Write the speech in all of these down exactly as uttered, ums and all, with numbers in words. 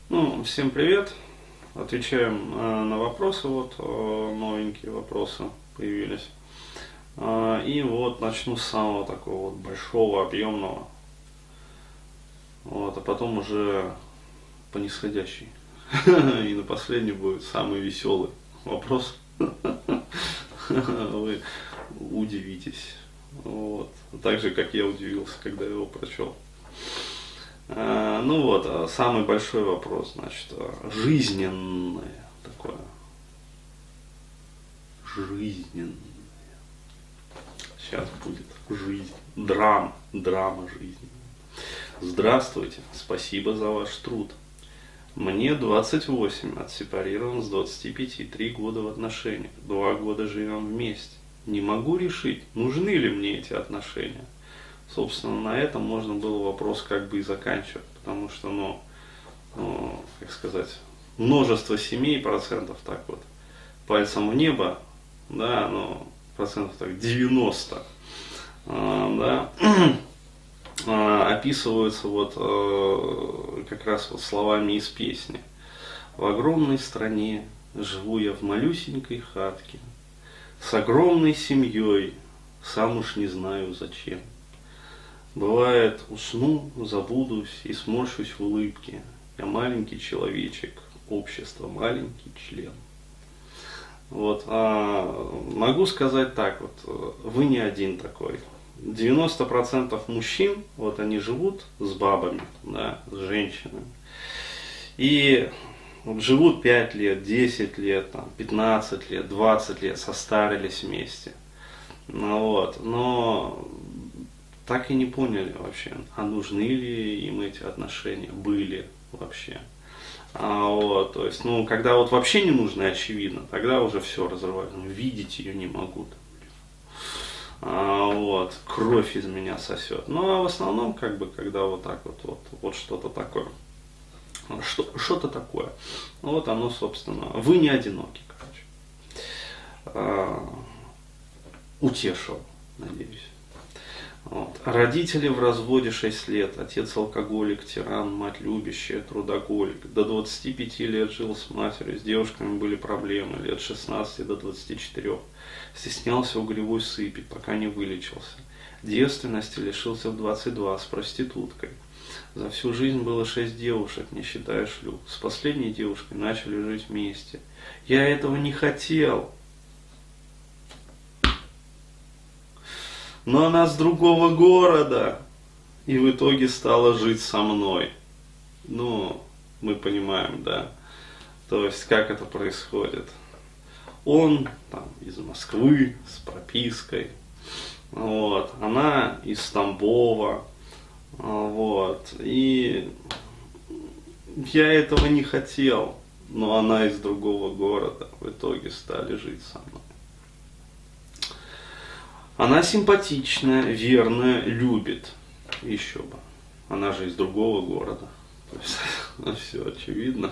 Ну, всем привет. Отвечаем э, на вопросы, вот э, новенькие вопросы появились. Э, и вот начну с самого такого вот большого, объемного, вот, а потом уже по нисходящей. И на последний будет самый веселый вопрос. Вы удивитесь. Вот. Так же, как я удивился, когда его прочел. Ну вот, самый большой вопрос, значит, жизненное такое. Жизненное. Сейчас будет жизнь. Драма. Драма жизни. Здравствуйте. Спасибо за ваш труд. Мне двадцать восемь, отсепарирован с двадцати пяти, три года в отношениях, два года живем вместе. Не могу решить, нужны ли мне эти отношения. Собственно, на этом можно было вопрос как бы и заканчивать, потому что, ну, ну как сказать, множество семей, процентов так вот, пальцем в небо, да, ну, процентов так девяносто, а, да, а, описываются вот а, как раз вот словами из песни. В огромной стране живу я в малюсенькой хатке, с огромной семьей, сам уж не знаю зачем. Бывает, усну, забудусь и сморщусь в улыбке. Я маленький человечек, общество маленький член. Вот, а могу сказать так, вот, вы не один такой. девяносто процентов мужчин, вот они живут с бабами, да, с женщинами. И вот, живут пять лет, десять лет, там, пятнадцать лет, двадцать лет, состарились вместе. Ну, вот, но так и не поняли вообще, а нужны ли им эти отношения, были вообще. А, вот, то есть, ну, когда вот вообще не нужно, очевидно, тогда уже все разрывают, ну, видеть ее не могу. А, вот, кровь из меня сосет. Ну, а в основном, как бы, когда вот так вот, вот, вот что-то такое, что, что-то такое, вот оно, собственно, вы не одиноки, короче. А, утешил, надеюсь. Вот. Родители в разводе шесть лет, отец алкоголик, тиран, мать любящая, трудоголик. До двадцати пяти лет жил с матерью, с девушками были проблемы, лет шестнадцати до двадцати четырёх. Стеснялся угревой сыпи, пока не вылечился. Девственности лишился в двадцать два с проституткой. За всю жизнь было шесть девушек, не считая шлюх. С последней девушкой начали жить вместе. Я этого не хотел. Но она с другого города, и в итоге стала жить со мной. Ну, мы понимаем, да. То есть, как это происходит. Он там из Москвы, с пропиской. Вот. Она из Тамбова. Вот. И я этого не хотел, но она из другого города. В итоге стали жить со мной. Она симпатичная, верная, любит. Еще бы. Она же из другого города. То есть, ну, все очевидно.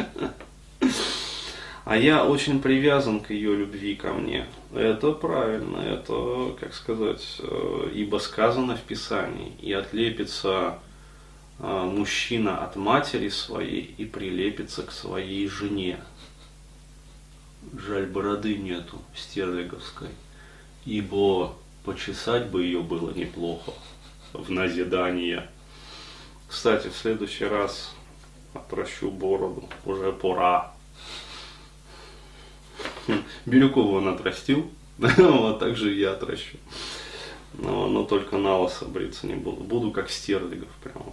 А я очень привязан к ее любви ко мне. Это правильно. Это, как сказать, ибо сказано в Писании. И отлепится мужчина от матери своей и прилепится к своей жене. Жаль, бороды нету стерлиговской. Ибо почесать бы ее было неплохо, в назидание. Кстати, в следующий раз отращу бороду, уже пора. Бирюкову он отрастил, вот так же и я отращу. Но, но только на лысо бриться не буду, буду как Стерлигов прямо.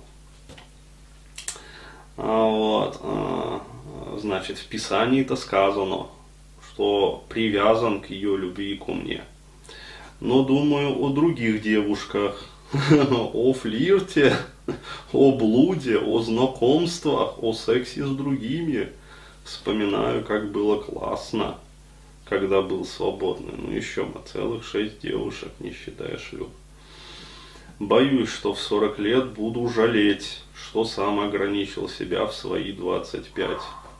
А вот, а, значит, в Писании-то сказано, что привязан к ее любви ко мне. Но думаю о других девушках, о флирте, о блуде, о знакомствах, о сексе с другими. Вспоминаю, как было классно, когда был свободный. Ну еще бы, целых шесть девушек, не считая шлюх. Боюсь, что в сорок лет буду жалеть, что сам ограничил себя в свои двадцать пять.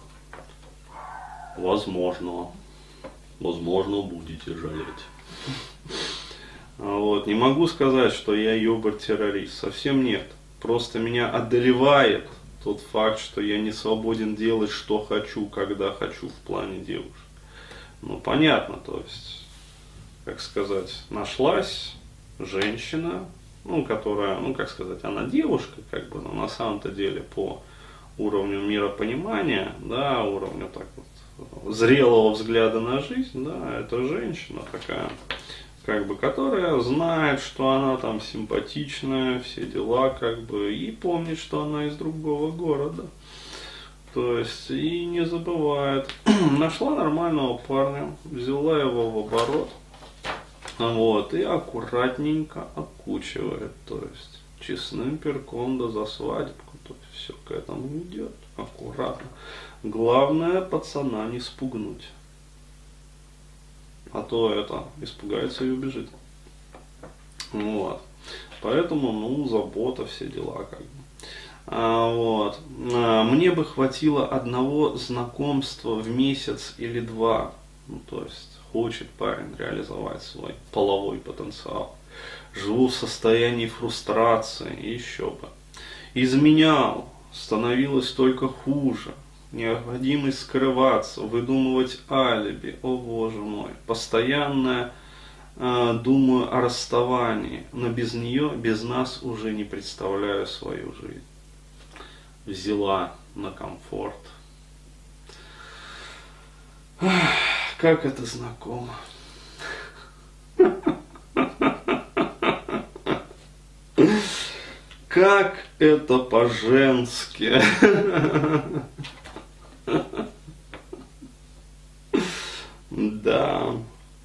Возможно, возможно, будете жалеть. Вот. Не могу сказать, что я ёбарь-террорист. Совсем нет. Просто меня одолевает тот факт, что я не свободен делать, что хочу, когда хочу в плане девушек. Ну, понятно, то есть, как сказать, нашлась женщина, ну, которая, ну, как сказать, она девушка, как бы, но на самом-то деле по уровню миропонимания, да, уровню так вот зрелого взгляда на жизнь, да, это женщина такая, как бы, которая знает, что она там симпатичная, все дела, как бы, и помнит, что она из другого города. То есть, и не забывает. Нашла нормального парня, взяла его в оборот, вот, и аккуратненько окучивает, то есть, честным перком да за свадебку, то есть, все к этому идет, аккуратно. Главное, пацана не спугнуть. А то это, испугается и убежит. Вот. Поэтому, ну, забота, все дела, как бы. А, вот. А, мне бы хватило одного знакомства в месяц или два. Ну, то есть, хочет парень реализовать свой половой потенциал. Живу в состоянии фрустрации, еще бы. Изменял, становилось только хуже. Необходимость скрываться, выдумывать алиби, о боже мой, постоянное э, думаю о расставании, но без нее, без нас уже не представляю свою жизнь. Взяла на комфорт. Ах, как это знакомо. Как это по-женски. Да.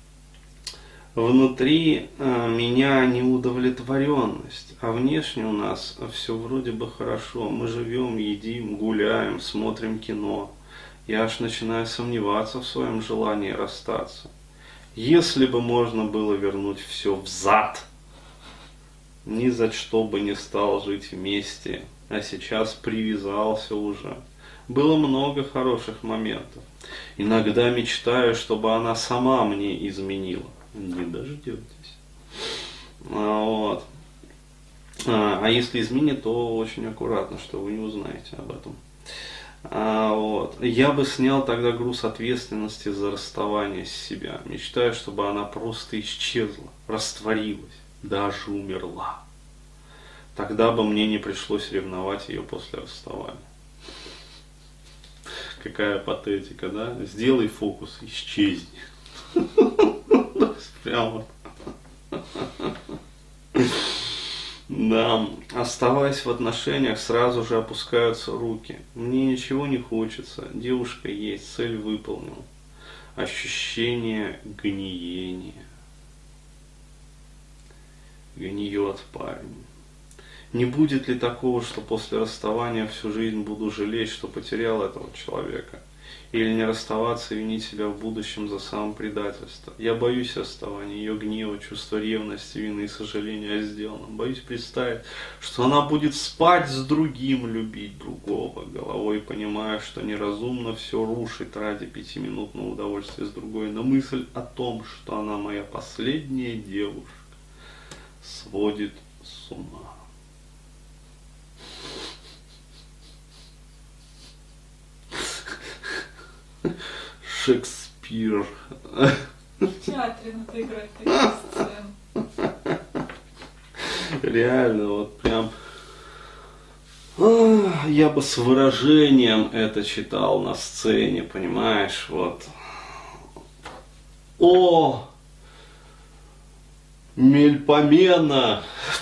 Внутри а, меня неудовлетворенность, а внешне у нас все вроде бы хорошо. Мы живем, едим, гуляем, смотрим кино. Я аж начинаю сомневаться в своем желании расстаться. Если бы можно было вернуть все взад, ни за что бы не стал жить вместе, а сейчас привязался уже. Было много хороших моментов. Иногда мечтаю, чтобы она сама мне изменила. Не дождетесь. А, вот. а, а если изменит, то очень аккуратно, что вы не узнаете об этом. А, вот. Я бы снял тогда груз ответственности за расставание с себя. Мечтаю, чтобы она просто исчезла, растворилась, даже умерла. Тогда бы мне не пришлось ревновать ее после расставания. Какая патетика, да? Сделай фокус, исчезни. Прямо. Да, оставаясь в отношениях, сразу же опускаются руки. Мне ничего не хочется, девушка есть, цель выполнил. Ощущение гниения. Гниет парень. Не будет ли такого, что после расставания всю жизнь буду жалеть, что потерял этого человека? Или не расставаться и винить себя в будущем за самопредательство? Я боюсь расставания, ее гнева, чувства ревности, вины и сожаления о сделанном. Боюсь представить, что она будет спать с другим, любить другого. Головой понимая, что неразумно все рушить ради пятиминутного удовольствия с другой. Но мысль о том, что она моя последняя девушка, сводит с ума. Шекспир. В театре надо играть такие сцены. Реально, вот прям. Я бы с выражением это читал на сцене, понимаешь, вот. О! Мельпомена!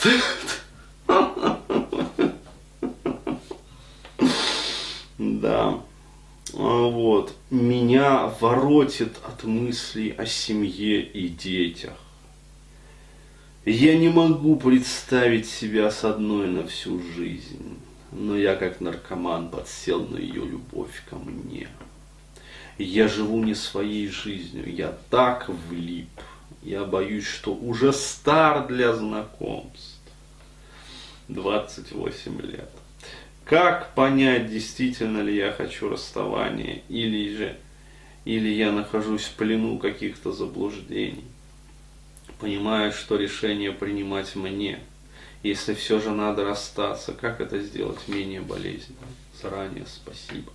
Да. Вот. Меня воротит от мыслей о семье и детях. Я не могу представить себя с одной на всю жизнь, но я как наркоман подсел на ее любовь ко мне. Я живу не своей жизнью, я так влип, я боюсь, что уже стар для знакомств. двадцать восемь лет. Как понять, действительно ли я хочу расставания, или же, или я нахожусь в плену каких-то заблуждений? Понимаю, что решение принимать мне. Если все же надо расстаться, как это сделать менее болезненно? Заранее спасибо.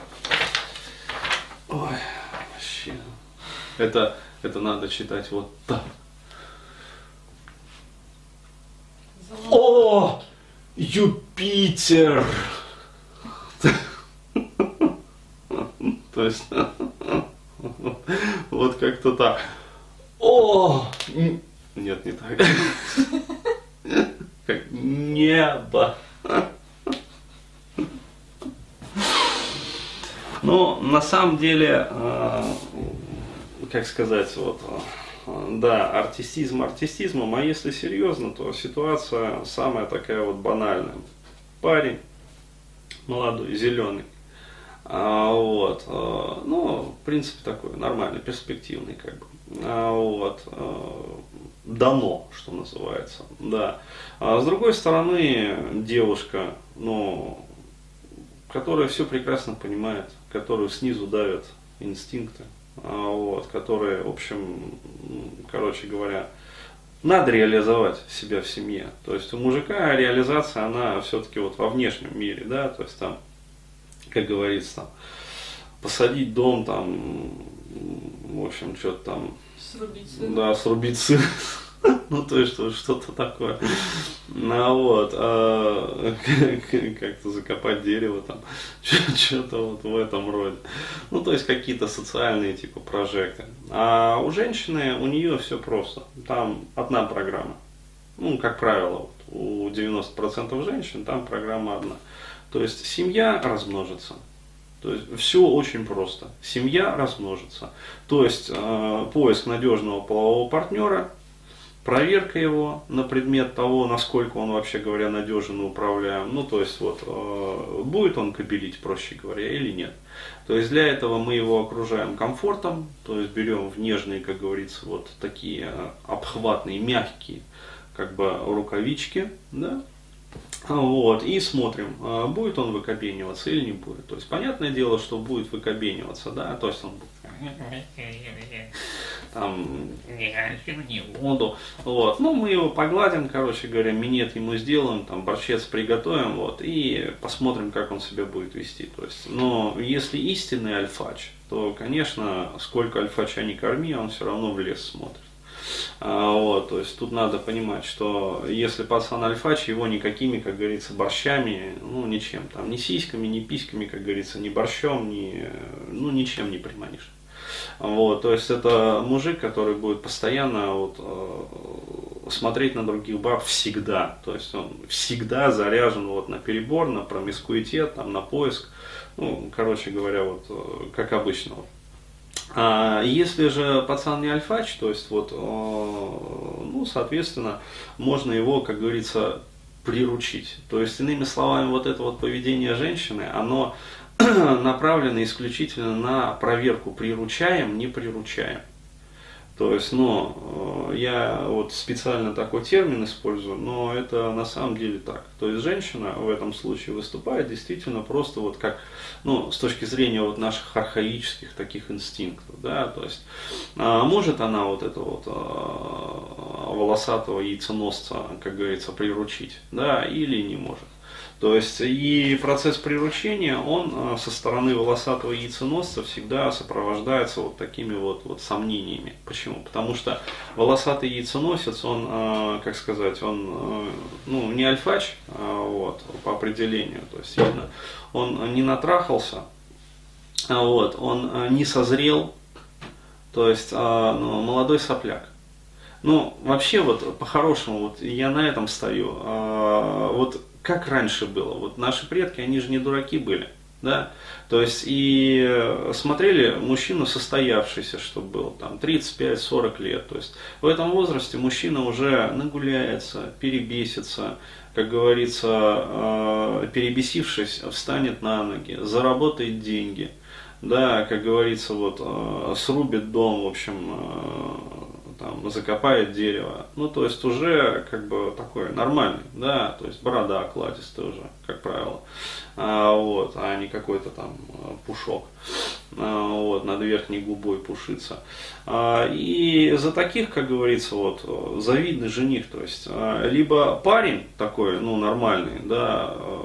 Ой, вообще. Это, это надо читать вот так. О, Юпитер! То есть, вот как-то так. О! Нет, не так. Как небо. Ну, на самом деле, как сказать, вот, да, артистизм артистизмом, а если серьезно, то ситуация самая такая вот банальная. Парень молодой, зеленый, а, вот, а, ну, в принципе, такой нормальный, перспективный, как бы, а, вот, а, дано, что называется, да. А с другой стороны, девушка, ну, которая все прекрасно понимает, которую снизу давят инстинкты, а, вот, которые, в общем, короче говоря, надо реализовать себя в семье. То есть у мужика реализация, она все-таки вот во внешнем мире, да, то есть там, как говорится, там, посадить дом, там, в общем, что-то там, Срубить сына. Да, срубить сына. Ну, то есть, что-то такое. Ну, вот, а, как-то закопать дерево, там, что-то вот в этом роде. Ну, то есть, какие-то социальные, типа, прожекты. А у женщины, у нее все просто. Там одна программа. Ну, как правило, вот, у девяноста процентов женщин там программа одна. То есть, семья размножится. То есть все очень просто. Семья размножится. То есть э, поиск надежного полового партнера, проверка его на предмет того, насколько он, вообще говоря, надежен и управляем. Ну, то есть вот э, будет он кобелить, проще говоря, или нет. То есть для этого мы его окружаем комфортом, то есть берем в нежные, как говорится, вот такие обхватные, мягкие, как бы рукавички, да. Вот, и смотрим, будет он выкобениваться или не будет. То есть, понятное дело, что будет выкобениваться, да, то есть он будет там не воду. Вот. Ну, мы его погладим, короче говоря, минет ему сделаем, там борщец приготовим, вот, и посмотрим, как он себя будет вести. То есть, но если истинный альфач, то, конечно, сколько альфача не корми, он все равно в лес смотрит. А, вот, то есть тут надо понимать, что если пацан альфач, его никакими, как говорится, борщами, ну ничем, там, ни сиськами, ни письками, как говорится, ни борщом, ни, ну ничем не приманишь. Вот, то есть это мужик, который будет постоянно вот, э, смотреть на других баб всегда, то есть он всегда заряжен вот, на перебор, на промискуитет, там, на поиск, ну, короче говоря, вот, э, как обычно. А если же пацан не альфач, то есть вот, ну, соответственно, можно его, как говорится, приручить. То есть, иными словами, вот это вот поведение женщины, оно направлено исключительно на проверку, приручаем, не приручаем. То есть, ну, я вот специально такой термин использую, но это на самом деле так. То есть, женщина в этом случае выступает действительно просто вот как, ну, с точки зрения вот наших архаических таких инстинктов, да, то есть, а, может она вот этого вот а, волосатого яйценосца, как говорится, приручить, да, или не может. То есть и процесс приручения, он со стороны волосатого яйценосца всегда сопровождается вот такими вот, вот сомнениями. Почему? Потому что волосатый яйценосец, он, как сказать, он ну, не альфач, вот, по определению, то есть видно, он не натрахался, вот, он не созрел, то есть ну, молодой сопляк. Ну, вообще, вот, по-хорошему, вот, я на этом стою, вот, как раньше было, вот наши предки, они же не дураки были, да, то есть и смотрели мужчину состоявшийся, чтобы был, там, тридцать пять сорок лет, то есть в этом возрасте мужчина уже нагуляется, перебесится, как говорится, перебесившись, встанет на ноги, заработает деньги, да, как говорится, вот, срубит дом, в общем, там, закопает дерево, ну, то есть уже как бы такой нормальный, да, то есть борода окладистая уже, как правило, а, вот, а не какой-то там пушок, а, вот, над верхней губой пушится. А, и за таких, как говорится, вот, завидный жених, то есть, а, либо парень такой, ну, нормальный, да,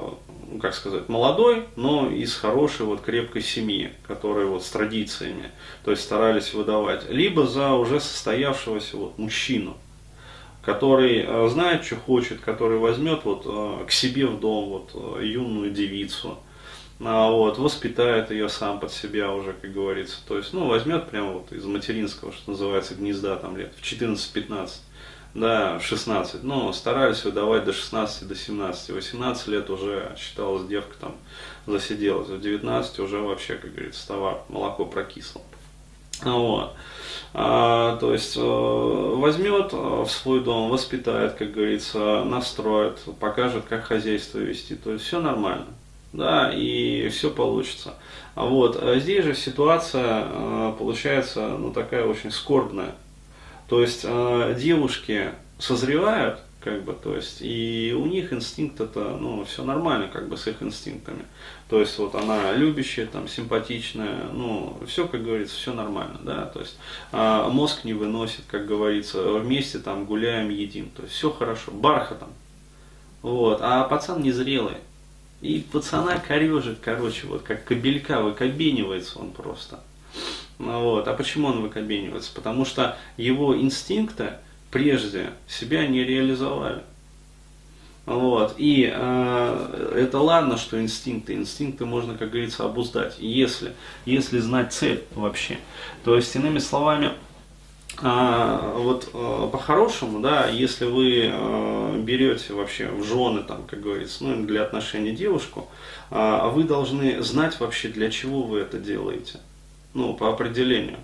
ну, как сказать, молодой, но из хорошей вот крепкой семьи, которая вот с традициями, то есть старались выдавать, либо за уже состоявшегося вот мужчину, который э, знает, что хочет, который возьмет вот э, к себе в дом вот э, юную девицу, а, вот, воспитает ее сам под себя уже, как говорится, то есть, ну, возьмет прямо вот из материнского, что называется, гнезда, там лет в четырнадцать-пятнадцать, да, в шестнадцать, но старались выдавать до шестнадцати, до семнадцати, восемнадцать лет уже считалась девка там засиделась, в девятнадцать уже вообще, как говорится, товар, молоко прокисло. Вот. А, то есть э, возьмет в свой дом, воспитает, как говорится, настроит, покажет, как хозяйство вести, то есть все нормально, да, и все получится. А вот а здесь же ситуация э, получается, ну, такая очень скорбная. То есть э, девушки созревают, как бы, то есть, и у них инстинкт это, ну, все нормально, как бы, с их инстинктами. То есть, вот она любящая, там, симпатичная, ну, все, как говорится, все нормально, да, то есть, э, мозг не выносит, как говорится, вместе там гуляем, едим, то есть, все хорошо, бархатом, вот, а пацан незрелый, и пацана корежит, короче, вот, как кобелька, выкобенивается он просто. Вот. А почему он выкобенивается? Потому что его инстинкты прежде себя не реализовали. Вот. И э, это ладно, что инстинкты. Инстинкты можно, как говорится, обуздать, если, если знать цель вообще. То есть, иными словами, э, вот э, по-хорошему, да, если вы э, берете вообще в жены, там, как говорится, ну, для отношений девушку, э, вы должны знать вообще, для чего вы это делаете. Ну, по определению.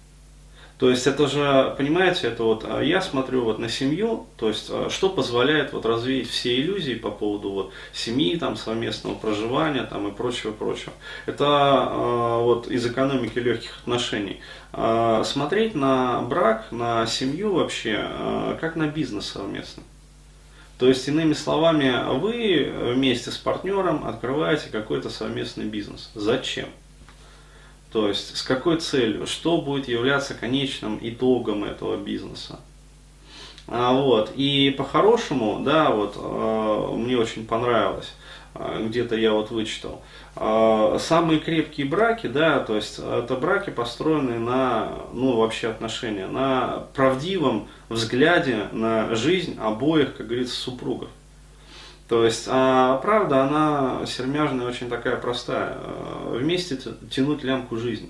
То есть это же, понимаете, это вот я смотрю вот на семью, то есть что позволяет вот развеять все иллюзии по поводу вот семьи, там, совместного проживания там, и прочего-прочего. Это э, вот из экономики легких отношений. Э, смотреть на брак, на семью вообще, э, как на бизнес совместный. То есть, иными словами, вы вместе с партнером открываете какой-то совместный бизнес. Зачем? То есть, с какой целью, что будет являться конечным итогом этого бизнеса. А, вот. И по-хорошему, да, вот, э, мне очень понравилось, э, где-то я вот вычитал, э, самые крепкие браки, да, то есть, это браки, построенные на, ну, вообще отношения, на правдивом взгляде на жизнь обоих, как говорится, супругов. То есть, а правда, она сермяжная, очень такая простая. Вместе тянуть лямку жизни.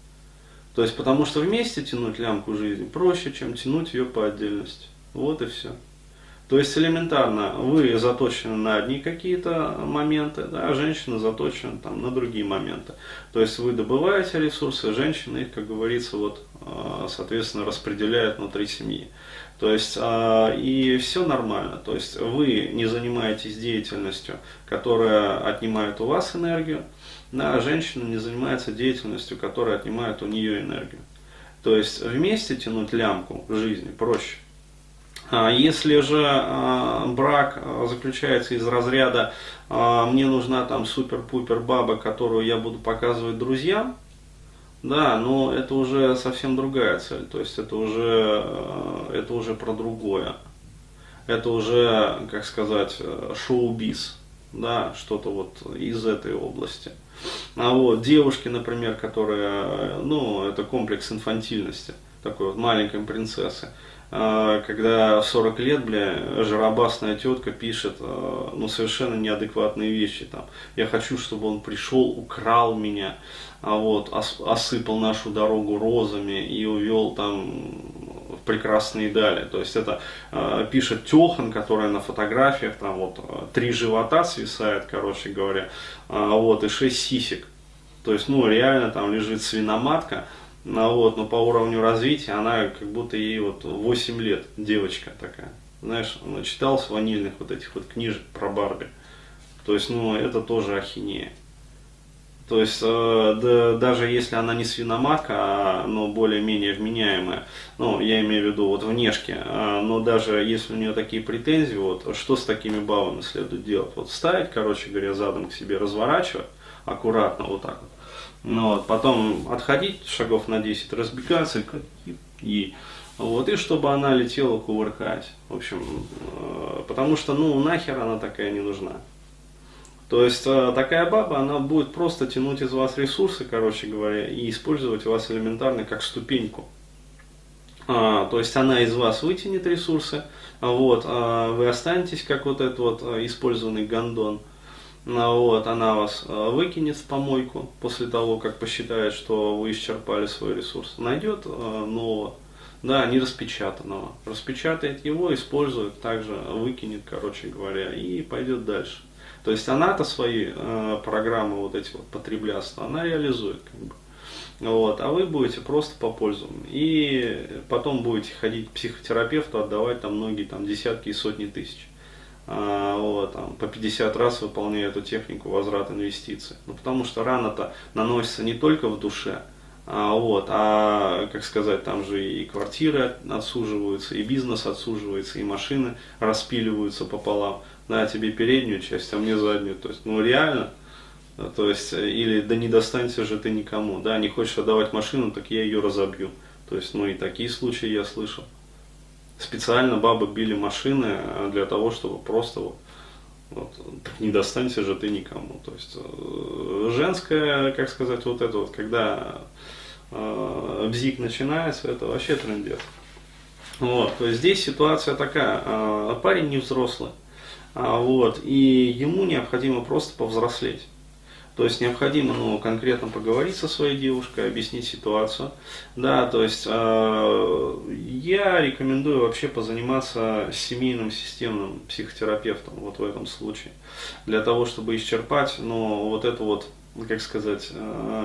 То есть, потому что вместе тянуть лямку жизни проще, чем тянуть ее по отдельности. Вот и все. То есть, элементарно, вы заточены на одни какие-то моменты, да, а женщина заточена там, на другие моменты. То есть, вы добываете ресурсы, женщина их, как говорится, вот, соответственно, распределяет внутри семьи. То есть, э, и все нормально. То есть, вы не занимаетесь деятельностью, которая отнимает у вас энергию, а женщина не занимается деятельностью, которая отнимает у нее энергию. То есть, вместе тянуть лямку жизни проще. А если же э, брак заключается из разряда э, «мне нужна там супер-пупер баба, которую я буду показывать друзьям», да, но это уже совсем другая цель, то есть это уже, это уже про другое. Это уже, как сказать, шоу-биз, да, что-то вот из этой области. А вот девушки, например, которые, ну, это комплекс инфантильности, такой вот маленькой принцессы. Когда в сорок лет, бля, жиробасная тетка пишет, ну, совершенно неадекватные вещи, там, я хочу, чтобы он пришел, украл меня, а вот, осыпал нашу дорогу розами и увел там в прекрасные дали. То есть это э, пишет Техан, которая на фотографиях, там вот три живота свисает, короче говоря, э, вот, и шесть сисек. То есть, ну, реально там лежит свиноматка, ну, вот, но по уровню развития она как будто ей вот восемь лет, девочка такая. Знаешь, она читалась ванильных вот этих вот книжек про Барби. То есть, ну, это тоже ахинея. То есть, э, да, даже если она не свиноматка, а, но более-менее вменяемая, ну, я имею в виду вот внешне, э, но даже если у нее такие претензии, вот, что с такими бабами следует делать? Вот ставить, короче говоря, задом к себе, разворачивать аккуратно вот так вот. Ну, вот, потом отходить шагов на десять, разбегаться и, вот, и чтобы она летела, кувыркаясь. В общем, э, потому что, ну, нахер она такая не нужна. То есть э, такая баба, она будет просто тянуть из вас ресурсы, короче говоря, и использовать вас элементарно как ступеньку. А, то есть она из вас вытянет ресурсы, вот, а вы останетесь как вот этот вот использованный гондон. Вот, она вас выкинет в помойку после того, как посчитает, что вы исчерпали свой ресурс. Найдет нового, да, не распечатанного. Распечатает его, использует, также выкинет, короче говоря, и пойдет дальше. То есть она-то свои э, программы, вот эти вот потреблятства, она реализует, как бы. Вот, а вы будете просто попользованы. И потом будете ходить к психотерапевту, отдавать там многие там, десятки и сотни тысяч. А, вот, там, по пятьдесят раз выполняя эту технику возврат инвестиций. Ну, потому что рана-то наносится не только в душе, а, вот, а, как сказать, там же и квартиры отсуживаются, и бизнес отсуживается, и машины распиливаются пополам. Да, тебе переднюю часть, а мне заднюю. То есть, ну реально. То есть, или да не достанься же ты никому. Да, не хочешь отдавать машину, так я ее разобью. То есть, ну и такие случаи я слышал. Специально бабы били машины для того, чтобы просто вот, вот так не достанься же ты никому. То есть, женская, как сказать, вот это вот, когда э, бзик начинается, это вообще трындец. Вот, то есть здесь ситуация такая, э, парень не взрослый. А, вот, и ему необходимо просто повзрослеть. То есть необходимо, ну, конкретно поговорить со своей девушкой, объяснить ситуацию. Да, то есть э, я рекомендую вообще позаниматься семейным системным психотерапевтом вот в этом случае. Для того, чтобы исчерпать, ну, вот эту вот, как сказать, э,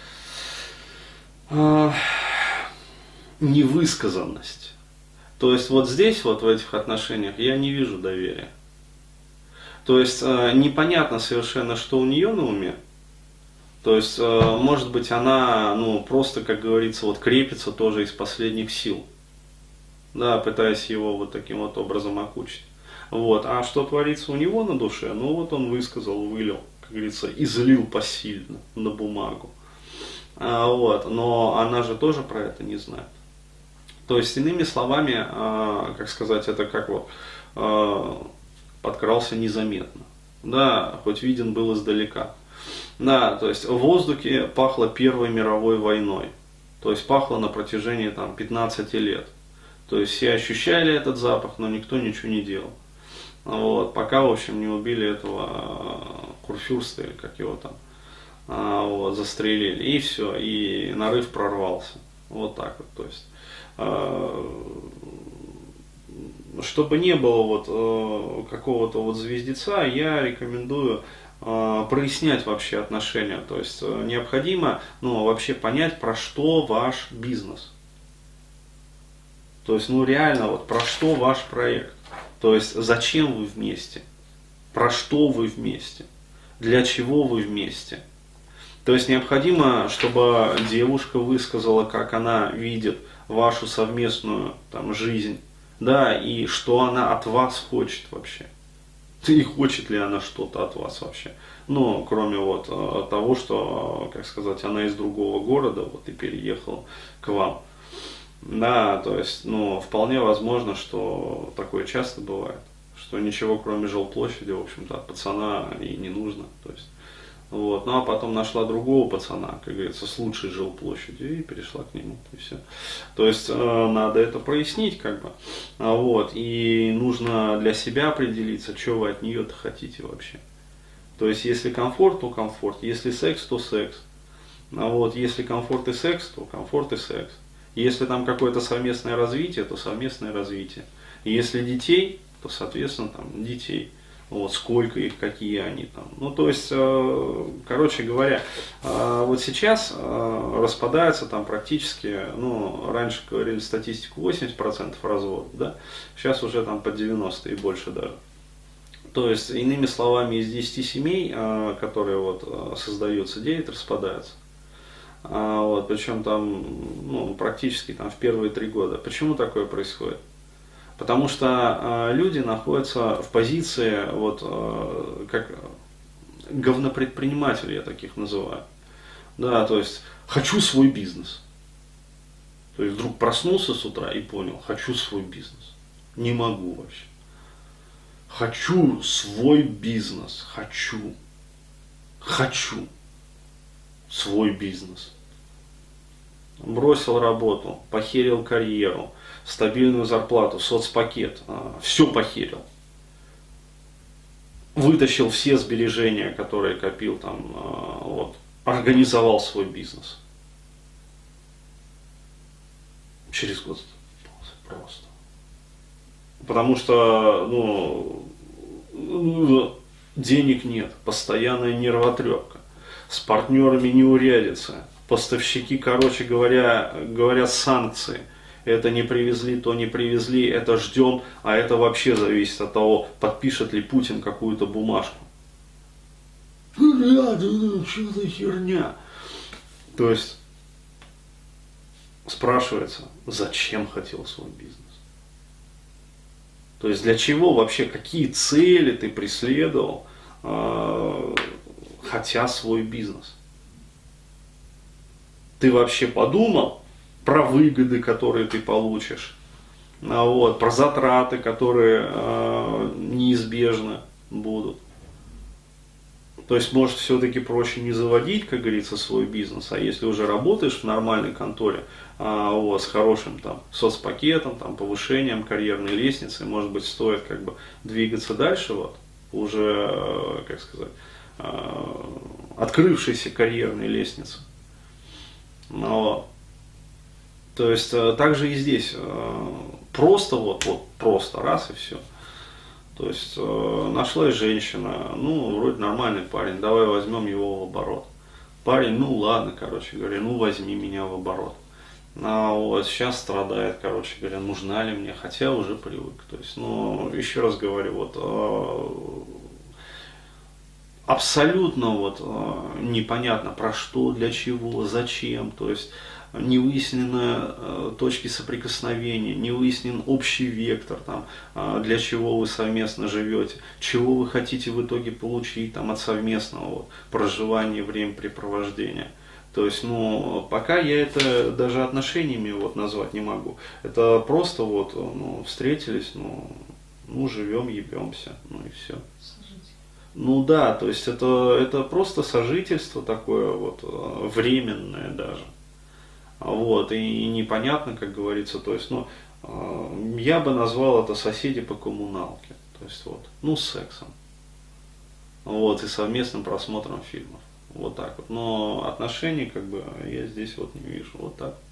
э, невысказанность. То есть вот здесь, вот в этих отношениях, я не вижу доверия. То есть э, непонятно совершенно, что у нее на уме. То есть, э, может быть, она, ну, просто, как говорится, вот крепится тоже из последних сил. Да, пытаясь его вот таким вот образом окучить. Вот. А что творится у него на душе? Ну, вот он высказал, вылил, как говорится, излил посильно на бумагу. А, вот. Но она же тоже про это не знает. То есть, иными словами, э, как сказать, это как вот... Э, подкрался незаметно. Да, хоть виден был издалека. Да, то есть в воздухе пахло Первой мировой войной. То есть пахло на протяжении там пятнадцати лет. То есть все ощущали этот запах, но никто ничего не делал. Вот, пока, в общем, не убили этого курфюрста, или как его там, вот, застрелили. И все, и нарыв прорвался. Вот так вот, то есть... Чтобы не было вот э, какого-то вот звездеца, я рекомендую э, прояснять вообще отношения. То есть э, необходимо, ну, вообще понять, про что ваш бизнес. То есть, ну, реально, вот про что ваш проект. То есть, зачем вы вместе, про что вы вместе, для чего вы вместе. То есть, необходимо, чтобы девушка высказала, как она видит вашу совместную там жизнь. Да, и что она от вас хочет вообще. И хочет ли она что-то от вас вообще. Ну, кроме вот того, что, как сказать, она из другого города вот и переехала к вам. Да, то есть, ну, вполне возможно, что такое часто бывает. Что ничего, кроме жилплощади, в общем-то, от пацана и не нужно. То есть, вот. Ну, а потом нашла другого пацана, как говорится, с лучшей жилплощадью и перешла к нему, и все. То есть, э, надо это прояснить, как бы, вот, и нужно для себя определиться, что вы от нее-то хотите вообще. То есть, если комфорт, то комфорт, если секс, то секс. Вот, если комфорт и секс, то комфорт и секс. Если там какое-то совместное развитие, то совместное развитие. Если детей, то, соответственно, там, детей. Вот, сколько их, какие они там. Ну, то есть, э, короче говоря, э, вот сейчас э, распадается там практически, ну, раньше говорили статистику восемьдесят процентов разводов, да, сейчас уже там под девяносто и больше даже. То есть, иными словами, из десяти семей, э, которые вот э, создаются, девять распадаются. А, вот, причем там, ну, практически там в первые три года. Почему такое происходит? Потому что э, люди находятся в позиции, вот, э, как говнопредприниматели, я таких называю. Да, то есть, хочу свой бизнес. То есть, вдруг проснулся с утра и понял, хочу свой бизнес. Не могу вообще. Хочу свой бизнес, хочу. хочу свой бизнес. Бросил работу, похерил карьеру, стабильную зарплату, соцпакет, все похерил. Вытащил все сбережения, которые копил, там, вот, организовал свой бизнес. Через год просто. Потому что, ну, денег нет, постоянная нервотрепка, с партнерами неурядица, поставщики, короче говоря, говорят санкции. Это не привезли, то не привезли, это ждем, а это вообще зависит от того, подпишет ли Путин какую-то бумажку. Что за херня? То есть, спрашивается, зачем хотел свой бизнес? То есть, для чего вообще, какие цели ты преследовал, э, хотя свой бизнес? Ты вообще подумал про выгоды, которые ты получишь, вот, про затраты, которые э, неизбежно будут? То есть, может, все-таки проще не заводить, как говорится, свой бизнес, а если уже работаешь в нормальной конторе, а, вот, с хорошим там соцпакетом, там, повышением карьерной лестницы, может быть, стоит как бы двигаться дальше, вот, уже, э, как сказать, э, открывшейся карьерной лестницы. Ну, вот. То есть, также и здесь, просто вот, вот, просто раз и все. То есть, нашлась женщина, ну, вроде нормальный парень, давай возьмем его в оборот. Парень, ну, ладно, короче говоря, ну, возьми меня в оборот. А вот сейчас страдает, короче говоря, нужна ли мне, хотя уже привык. То есть, ну, еще раз говорю, вот, абсолютно вот непонятно про что, для чего, зачем, то есть не выяснены э, точки соприкосновения, не выяснен общий вектор, там, э, для чего вы совместно живете, чего вы хотите в итоге получить там, от совместного вот, проживания, времяпрепровождения. То есть, ну, пока я это даже отношениями вот, назвать не могу. Это просто вот, ну, встретились, ну, ну живем, ебемся, ну и все. Ну да, то есть это, это просто сожительство такое вот, временное даже. Вот, и непонятно, как говорится, то есть, ну, я бы назвал это соседи по коммуналке, то есть, вот, ну, с сексом, вот, и совместным просмотром фильмов, вот так вот, но отношений, как бы, я здесь вот не вижу, вот так.